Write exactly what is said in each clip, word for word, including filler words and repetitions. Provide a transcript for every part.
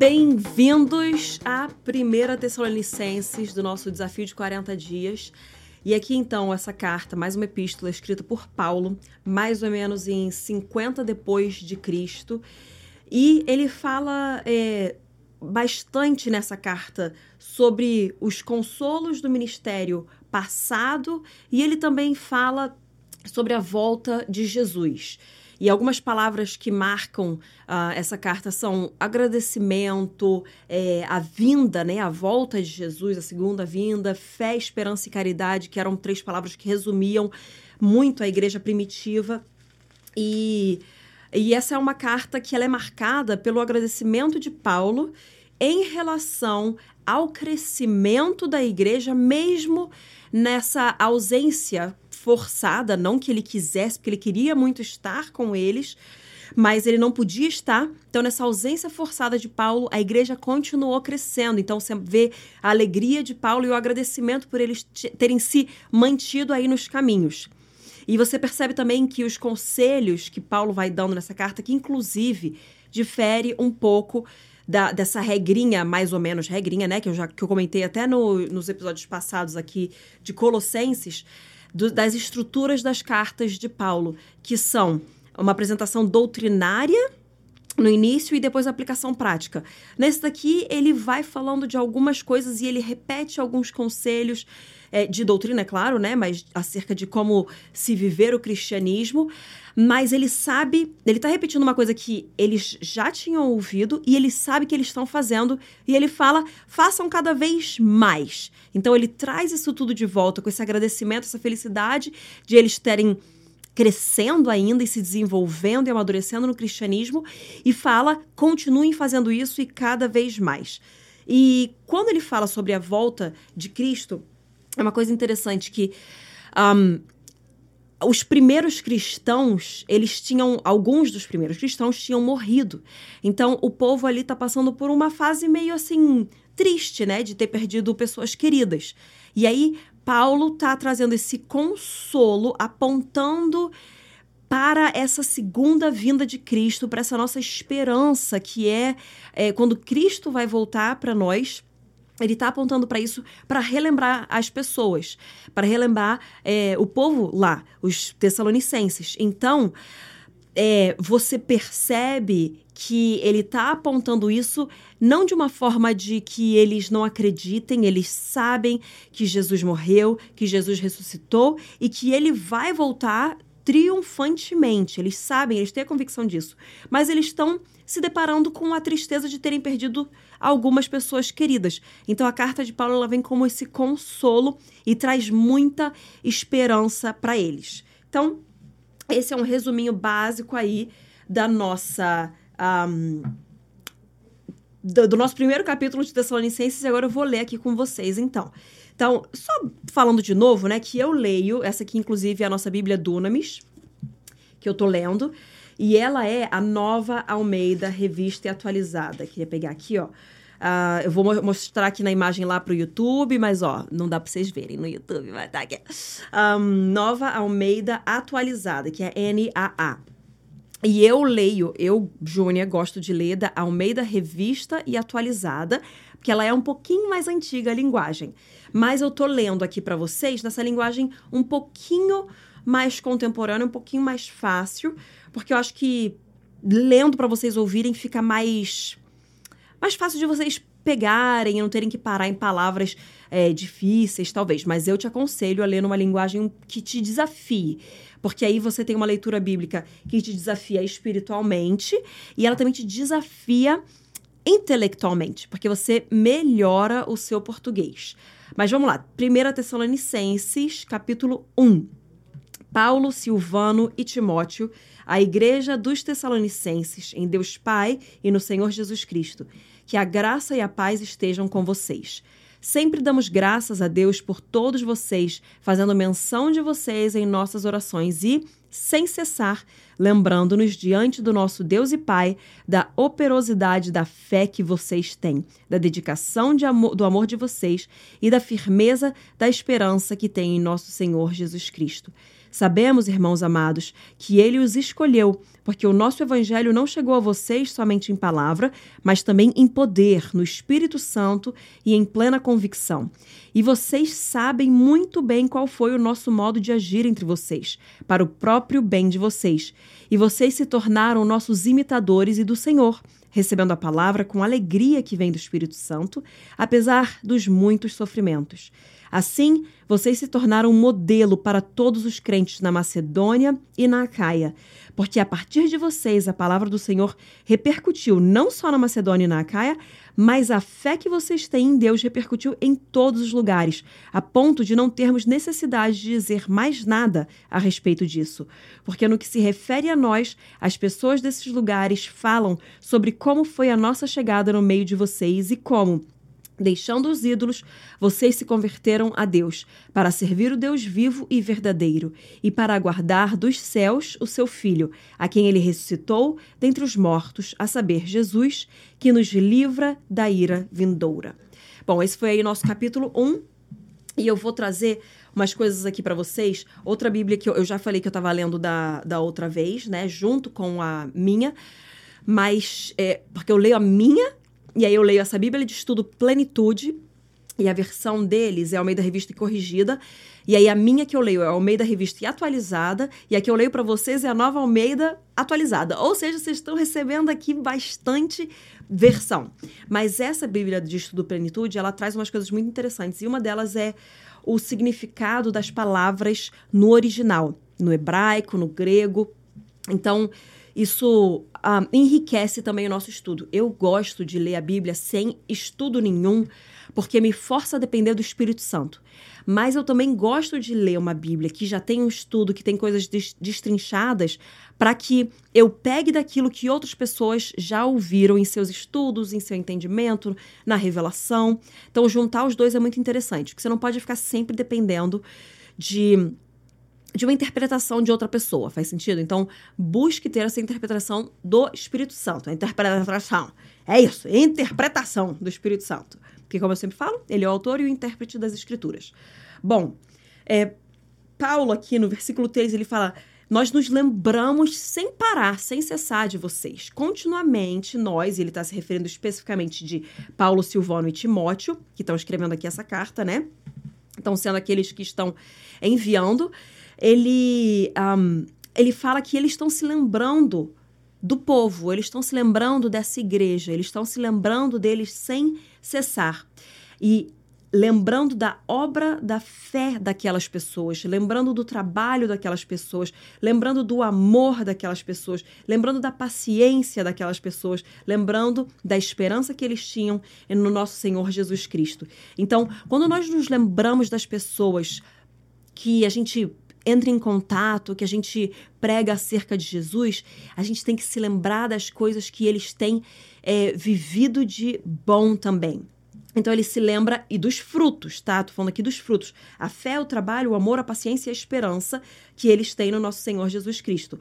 Bem-vindos à primeira Tessalonicenses do nosso desafio de quarenta dias. E aqui, então, essa carta, mais uma epístola escrita por Paulo, mais ou menos em cinquenta depois de Cristo. E ele fala é, bastante nessa carta sobre os consolos do ministério passado e ele também fala sobre a volta de Jesus. E algumas palavras que marcam uh, essa carta são agradecimento, é, a vinda, né, a volta de Jesus, a segunda vinda, fé, esperança e caridade, que eram três palavras que resumiam muito a igreja primitiva. E, e essa é uma carta que ela é marcada pelo agradecimento de Paulo em relação ao crescimento da igreja, mesmo nessa ausência forçada, não que ele quisesse, porque ele queria muito estar com eles, mas ele não podia estar. Então, nessa ausência forçada de Paulo, a igreja continuou crescendo. Então, você vê a alegria de Paulo e o agradecimento por eles terem se mantido aí nos caminhos. E você percebe também que os conselhos que Paulo vai dando nessa carta, que inclusive difere um pouco Da, dessa regrinha, mais ou menos regrinha, né? Que eu já que eu comentei até no, nos episódios passados aqui de Colossenses, do, das estruturas das cartas de Paulo, que são uma apresentação doutrinária no início e depois a aplicação prática. Nesse daqui, ele vai falando de algumas coisas e ele repete alguns conselhos é, de doutrina, é claro, né? Mas acerca de como se viver o cristianismo. Mas ele sabe, ele está repetindo uma coisa que eles já tinham ouvido e ele sabe que eles estão fazendo e ele fala, façam cada vez mais. Então ele traz isso tudo de volta com esse agradecimento, essa felicidade de eles terem crescendo ainda e se desenvolvendo e amadurecendo no cristianismo e fala, continuem fazendo isso e cada vez mais. E quando ele fala sobre a volta de Cristo, é uma coisa interessante que um, os primeiros cristãos, eles tinham, alguns dos primeiros cristãos tinham morrido. Então, o povo ali está passando por uma fase meio assim, triste, né? De ter perdido pessoas queridas. E aí, Paulo está trazendo esse consolo, apontando para essa segunda vinda de Cristo, para essa nossa esperança, que é, é quando Cristo vai voltar para nós. Ele está apontando para isso, para relembrar as pessoas, para relembrar é, o povo lá, os tessalonicenses. Então, é, você percebe que ele está apontando isso não de uma forma de que eles não acreditem, eles sabem que Jesus morreu, que Jesus ressuscitou e que ele vai voltar triunfantemente. Eles sabem, eles têm a convicção disso. Mas eles estão se deparando com a tristeza de terem perdido algumas pessoas queridas. Então, a carta de Paulo ela vem como esse consolo e traz muita esperança para eles. Então, esse é um resuminho básico aí da nossa... Um, do, do nosso primeiro capítulo de Tessalonicenses, e agora eu vou ler aqui com vocês, então. Então, só falando de novo, né, que eu leio, essa aqui, inclusive, é a nossa Bíblia Dunamis, que eu tô lendo, e ela é a Nova Almeida Revista e Atualizada. Queria pegar aqui, ó. Uh, eu vou mo- mostrar aqui na imagem lá pro YouTube, mas, ó, não dá pra vocês verem no YouTube, mas tá aqui. Um, Nova Almeida Atualizada, que é N A A. E eu leio, eu, Júnia, gosto de ler da Almeida Revista e Atualizada, porque ela é um pouquinho mais antiga a linguagem. Mas eu tô lendo aqui pra vocês nessa linguagem um pouquinho mais contemporânea, um pouquinho mais fácil, porque eu acho que lendo pra vocês ouvirem fica mais, mais fácil de vocês pegarem e não terem que parar em palavras é, difíceis, talvez. Mas eu te aconselho a ler numa linguagem que te desafie, porque aí você tem uma leitura bíblica que te desafia espiritualmente e ela também te desafia intelectualmente, porque você melhora o seu português. Mas vamos lá, primeira Tessalonicenses, capítulo um. Paulo, Silvano e Timóteo, a igreja dos Tessalonicenses, em Deus Pai e no Senhor Jesus Cristo. Que a graça e a paz estejam com vocês. Sempre damos graças a Deus por todos vocês, fazendo menção de vocês em nossas orações e, sem cessar, lembrando-nos diante do nosso Deus e Pai da operosidade da fé que vocês têm, da dedicação de amor, do amor de vocês e da firmeza da esperança que têm em nosso Senhor Jesus Cristo. Sabemos, irmãos amados, que ele os escolheu, porque o nosso evangelho não chegou a vocês somente em palavra, mas também em poder, no Espírito Santo e em plena convicção. E vocês sabem muito bem qual foi o nosso modo de agir entre vocês, para o próprio bem de vocês. E vocês se tornaram nossos imitadores e do Senhor, recebendo a palavra com alegria que vem do Espírito Santo, apesar dos muitos sofrimentos. Assim, vocês se tornaram um modelo para todos os crentes na Macedônia e na Acaia, porque a partir de vocês a palavra do Senhor repercutiu não só na Macedônia e na Acaia, mas a fé que vocês têm em Deus repercutiu em todos os lugares, a ponto de não termos necessidade de dizer mais nada a respeito disso. Porque no que se refere a nós, as pessoas desses lugares falam sobre como foi a nossa chegada no meio de vocês e como, deixando os ídolos, vocês se converteram a Deus, para servir o Deus vivo e verdadeiro, e para aguardar dos céus o seu Filho, a quem ele ressuscitou dentre os mortos, a saber, Jesus, que nos livra da ira vindoura. Bom, esse foi aí o nosso capítulo um, e eu vou trazer umas coisas aqui para vocês. Outra Bíblia que eu, eu já falei que eu estava lendo da, da outra vez, né, junto com a minha, mas, é, porque eu leio a minha, e aí eu leio essa Bíblia de Estudo Plenitude, e a versão deles é Almeida Revista e Corrigida, e aí a minha que eu leio é a Almeida Revista e Atualizada, e a que eu leio para vocês é a Nova Almeida Atualizada. Ou seja, vocês estão recebendo aqui bastante versão. Mas essa Bíblia de Estudo Plenitude, ela traz umas coisas muito interessantes, e uma delas é o significado das palavras no original, no hebraico, no grego. Então, isso ah, enriquece também o nosso estudo. Eu gosto de ler a Bíblia sem estudo nenhum, porque me força a depender do Espírito Santo. Mas eu também gosto de ler uma Bíblia que já tem um estudo, que tem coisas destrinchadas, para que eu pegue daquilo que outras pessoas já ouviram em seus estudos, em seu entendimento, na revelação. Então, juntar os dois é muito interessante, porque você não pode ficar sempre dependendo de... de uma interpretação de outra pessoa, faz sentido? Então, busque ter essa interpretação do Espírito Santo. A interpretação. É isso, interpretação do Espírito Santo. Porque, como eu sempre falo, ele é o autor e o intérprete das Escrituras. Bom, é, Paulo aqui no versículo três, ele fala: nós nos lembramos sem parar, sem cessar de vocês. Continuamente, nós, e ele está se referindo especificamente de Paulo, Silvano e Timóteo, que estão escrevendo aqui essa carta, né? Estão sendo aqueles que estão enviando. Ele, um, ele fala que eles estão se lembrando do povo, eles estão se lembrando dessa igreja, eles estão se lembrando deles sem cessar. E lembrando da obra da fé daquelas pessoas, lembrando do trabalho daquelas pessoas, lembrando do amor daquelas pessoas, lembrando da paciência daquelas pessoas, lembrando da esperança que eles tinham no nosso Senhor Jesus Cristo. Então, quando nós nos lembramos das pessoas que a gente entra em contato, que a gente prega acerca de Jesus, a gente tem que se lembrar das coisas que eles têm é, vivido de bom também. Então, ele se lembra, e dos frutos, tá? Tô falando aqui dos frutos. A fé, o trabalho, o amor, a paciência e a esperança que eles têm no nosso Senhor Jesus Cristo.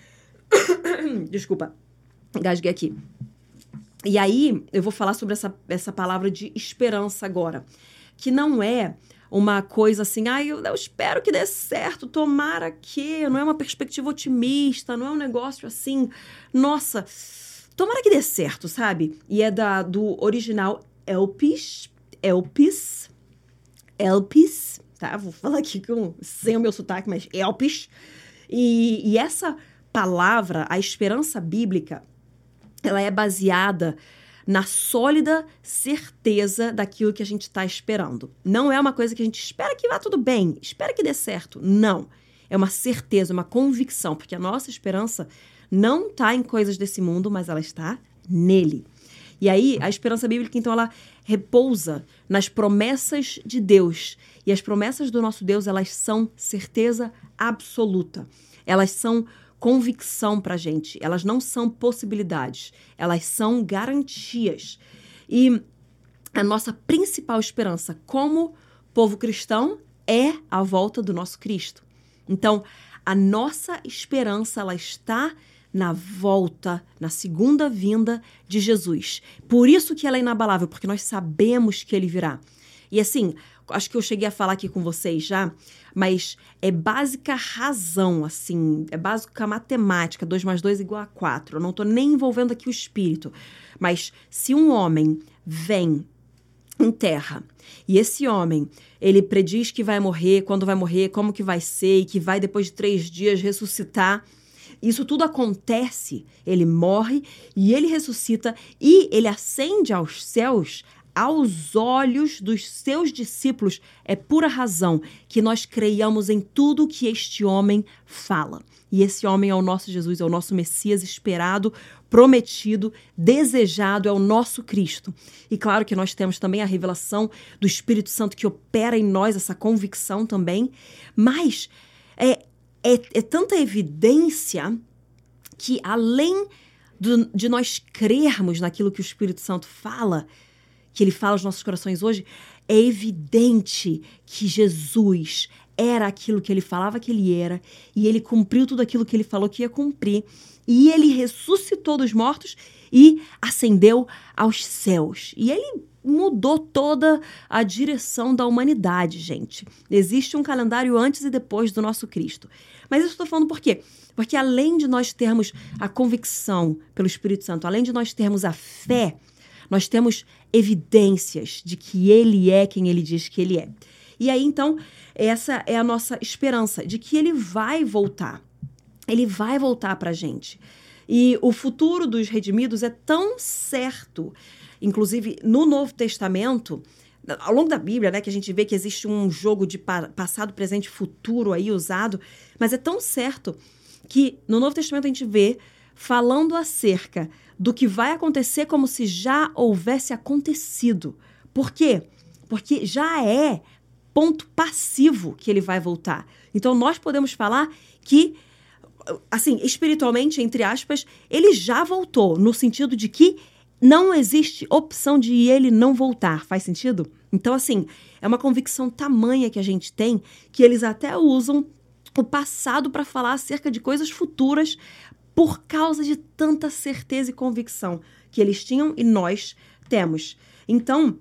Desculpa, engasguei aqui. E aí, eu vou falar sobre essa, essa palavra de esperança agora, que não é uma coisa assim, ah, eu, eu espero que dê certo, tomara que, não é uma perspectiva otimista, não é um negócio assim, nossa, tomara que dê certo, sabe? E é da, do original Elpis, Elpis, Elpis, tá? Vou falar aqui com, sem o meu sotaque, mas Elpis. E, e essa palavra, a esperança bíblica, ela é baseada na sólida certeza daquilo que a gente está esperando. Não é uma coisa que a gente espera que vá tudo bem, espera que dê certo. Não. É uma certeza, uma convicção, porque a nossa esperança não está em coisas desse mundo, mas ela está nele. E aí, a esperança bíblica, então, ela repousa nas promessas de Deus. E as promessas do nosso Deus, elas são certeza absoluta. Elas são convicção pra gente. Elas não são possibilidades. Elas são garantias. E a nossa principal esperança como povo cristão é a volta do nosso Cristo. Então, a nossa esperança, ela está na volta, na segunda vinda de Jesus. Por isso que ela é inabalável, porque nós sabemos que ele virá. E assim, acho que eu cheguei a falar aqui com vocês já, mas é básica razão, assim, é básica matemática, dois mais dois igual a quatro. Eu não estou nem envolvendo aqui o espírito, mas se um homem vem em terra, e esse homem, ele prediz que vai morrer, quando vai morrer, como que vai ser, e que vai depois de três dias ressuscitar. Isso tudo acontece, ele morre e ele ressuscita e ele ascende aos céus aos olhos dos seus discípulos. É pura razão que nós creiamos em tudo que este homem fala. E esse homem é o nosso Jesus, é o nosso Messias esperado, prometido, desejado, é o nosso Cristo. E claro que nós temos também a revelação do Espírito Santo que opera em nós, essa convicção também, mas é, é, é tanta evidência que além do, de nós crermos naquilo que o Espírito Santo fala, que ele fala aos nossos corações hoje, é evidente que Jesus era aquilo que ele falava que ele era, e ele cumpriu tudo aquilo que ele falou que ia cumprir, e ele ressuscitou dos mortos e ascendeu aos céus. E ele mudou toda a direção da humanidade, gente. Existe um calendário antes e depois do nosso Cristo. Mas isso eu estou falando por quê? Porque além de nós termos a convicção pelo Espírito Santo, além de nós termos a fé, nós temos evidências de que ele é quem ele diz que ele é. E aí, então, essa é a nossa esperança, de que ele vai voltar. Ele vai voltar para a gente. E o futuro dos redimidos é tão certo, inclusive no Novo Testamento, ao longo da Bíblia, né, que a gente vê que existe um jogo de passado, presente e futuro aí usado, mas é tão certo que no Novo Testamento a gente vê falando acerca do que vai acontecer como se já houvesse acontecido. Por quê? Porque já é ponto passivo que ele vai voltar. Então, nós podemos falar que, assim, espiritualmente, entre aspas, ele já voltou, no sentido de que não existe opção de ele não voltar. Faz sentido? Então, assim, é uma convicção tamanha que a gente tem que eles até usam o passado para falar acerca de coisas futuras por causa de tanta certeza e convicção que eles tinham e nós temos. Então,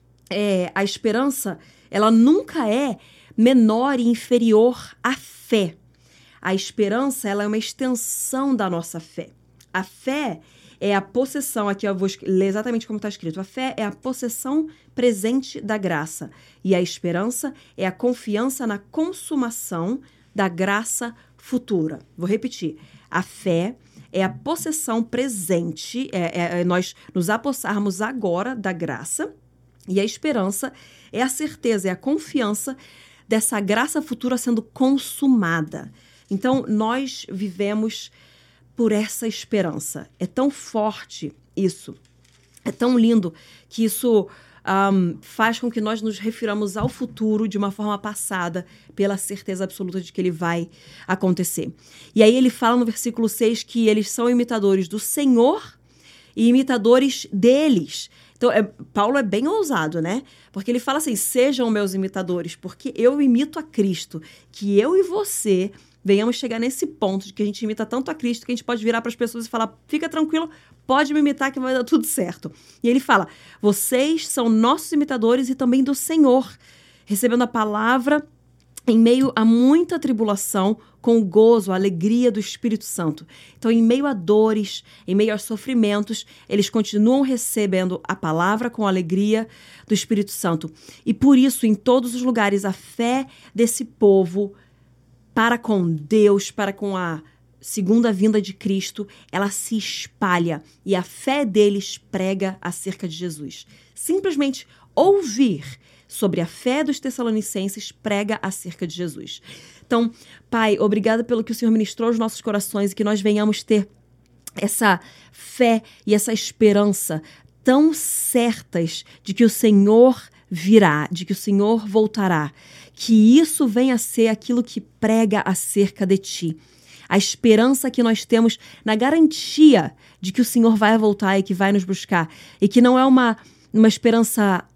é, a esperança, ela nunca é menor e inferior à fé. A esperança, ela é uma extensão da nossa fé. A fé é a possessão, aqui eu vou ler exatamente como está escrito, a fé é a possessão presente da graça e a esperança é a confiança na consumação da graça futura. Vou repetir. A fé é a possessão presente, é, é, é nós nos apossarmos agora da graça, e a esperança é a certeza, é a confiança dessa graça futura sendo consumada. Então, nós vivemos por essa esperança. É tão forte isso, é tão lindo que isso Um, faz com que nós nos refiramos ao futuro de uma forma passada, pela certeza absoluta de que ele vai acontecer. E aí ele fala no versículo seis que eles são imitadores do Senhor e imitadores deles. Então, é, Paulo é bem ousado, né? Porque ele fala assim, sejam meus imitadores, porque eu imito a Cristo, que eu e você venhamos chegar nesse ponto de que a gente imita tanto a Cristo que a gente pode virar para as pessoas e falar, fica tranquilo, pode me imitar que vai dar tudo certo. E ele fala, vocês são nossos imitadores e também do Senhor, recebendo a palavra em meio a muita tribulação, com o gozo, a alegria do Espírito Santo. Então, em meio a dores, em meio a sofrimentos, eles continuam recebendo a palavra com a alegria do Espírito Santo. E por isso, em todos os lugares, a fé desse povo para com Deus, para com a segunda vinda de Cristo, ela se espalha e a fé deles prega acerca de Jesus. Simplesmente ouvir sobre a fé dos Tessalonicenses prega acerca de Jesus. Então, Pai, obrigada pelo que o Senhor ministrou aos nossos corações e que nós venhamos ter essa fé e essa esperança tão certas de que o Senhor virá, de que o Senhor voltará, que isso venha a ser aquilo que prega acerca de Ti. A esperança que nós temos na garantia de que o Senhor vai voltar e que vai nos buscar, e que não é uma, uma esperança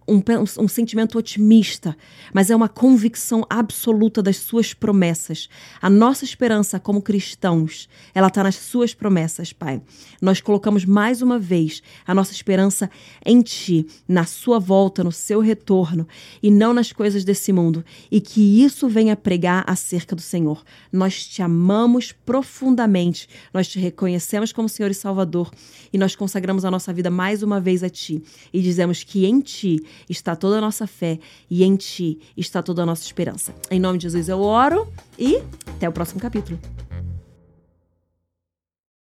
um, um sentimento otimista, mas é uma convicção absoluta das suas promessas. A nossa esperança como cristãos, ela está nas suas promessas, Pai. Nós colocamos mais uma vez a nossa esperança em Ti, na sua volta, no seu retorno, e não nas coisas desse mundo. E que isso venha pregar acerca do Senhor. Nós Te amamos profundamente, nós Te reconhecemos como Senhor e Salvador, e nós consagramos a nossa vida mais uma vez a Ti, e dizemos que em Ti está toda a nossa fé, e em Ti está toda a nossa esperança. Em nome de Jesus eu oro, e até o próximo capítulo.